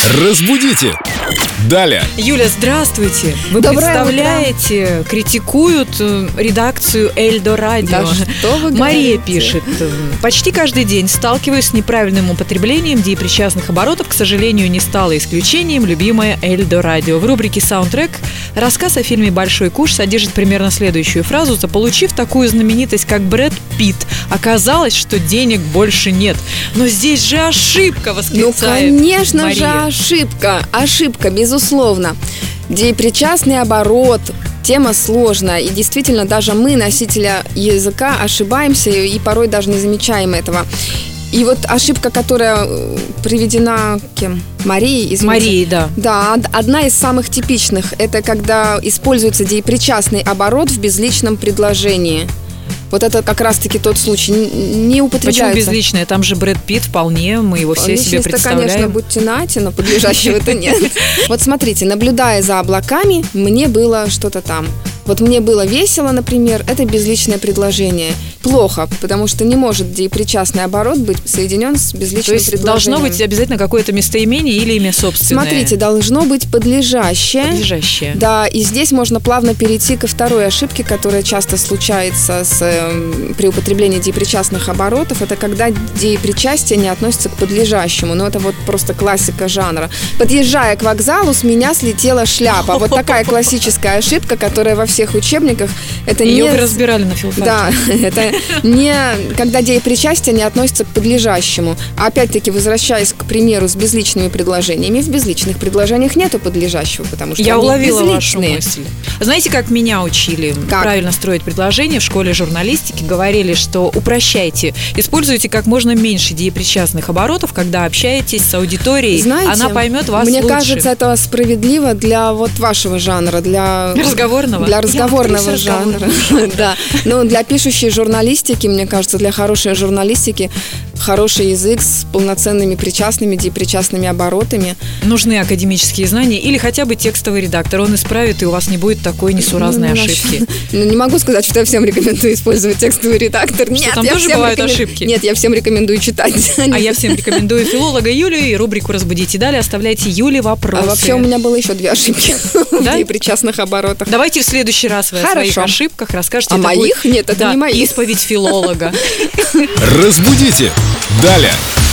Разбудите! Далее! Юля, здравствуйте! Вы Доброе представляете, критикуют редакцию Эльдо Радио. Да что вы Мария говорите? пишет: почти каждый день сталкиваюсь с неправильным употреблением деепричастных оборотов. К сожалению, не стало исключением любимая Эльдо Радио. В рубрике «Саундтрек» рассказ о фильме «Большой куш» содержит примерно следующую фразу: заполучив такую знаменитость, как Брэд Питт, оказалось, что денег больше нет. Но здесь же ошибка, Ну, восклицает конечно Мария. же, ошибка, безусловно. Деепричастный оборот – тема сложная, и действительно даже мы, носители языка, ошибаемся и порой даже не замечаем этого. И вот ошибка, которая приведена кем? Марией, извините. Марией, да. Да, одна из самых типичных – это когда используется деепричастный оборот в безличном предложении. Вот это как раз-таки тот случай, не употребляется. Почему безличное? Там же Брэд Питт, вполне, мы его все себе Личность-то, представляем. конечно, будьте нати, но подлежащего-то нет. Вот смотрите, наблюдая за облаками, мне было что-то там. Вот мне было весело, например, это безличное предложение. Плохо, потому что не может деепричастный оборот быть соединен с безличным То есть предложением. должно быть обязательно какое-то местоимение или имя собственное? Смотрите, должно быть подлежащее. Подлежащее. Да, и здесь можно плавно перейти ко второй ошибке, которая часто случается при употреблении деепричастных оборотов. Это когда деепричастие не относится к подлежащему. Но это вот просто классика жанра. Подъезжая к вокзалу, с меня слетела шляпа. Вот такая классическая ошибка, которая во всех учебниках. Это Ее не... вы разбирали на филфаке. Да, это не когда деепричастие не относится к подлежащему. А опять-таки, возвращаясь к примеру с безличными предложениями, в безличных предложениях нету подлежащего, потому что Я они уловила вашу безличные. мысль. Знаете, как меня учили Как? правильно строить предложения в школе журналистики? Говорили, что упрощайте, используйте как можно меньше деепричастных оборотов, когда общаетесь с аудиторией. Знаете, она поймет вас мне лучше. кажется, это справедливо для вот вашего жанра, для Разговорного? Для разговорного Я актриса жанра. разговорного. Да. Но для пишущей журналистики, мне кажется, для хорошей журналистики хороший язык с полноценными причастными, деепричастными оборотами. Нужны академические знания или хотя бы текстовый редактор. Он исправит, и у вас не будет такой несуразной ошибки. Ну, не могу сказать, что я всем рекомендую использовать текстовый редактор. Нет, там я тоже всем бывают ошибки? Нет, я всем рекомендую читать. А я всем рекомендую филолога Юлю и рубрику «Разбудите». Далее оставляйте Юле вопросы. А вообще у меня было еще 2 ошибки в Да? деепричастных оборотах. Давайте в следующий раз вы о своих Хорошо. ошибках расскажете. А Это моих? будет, Нет, это да, не моих. исповедь филолога. Разбудите! Далее!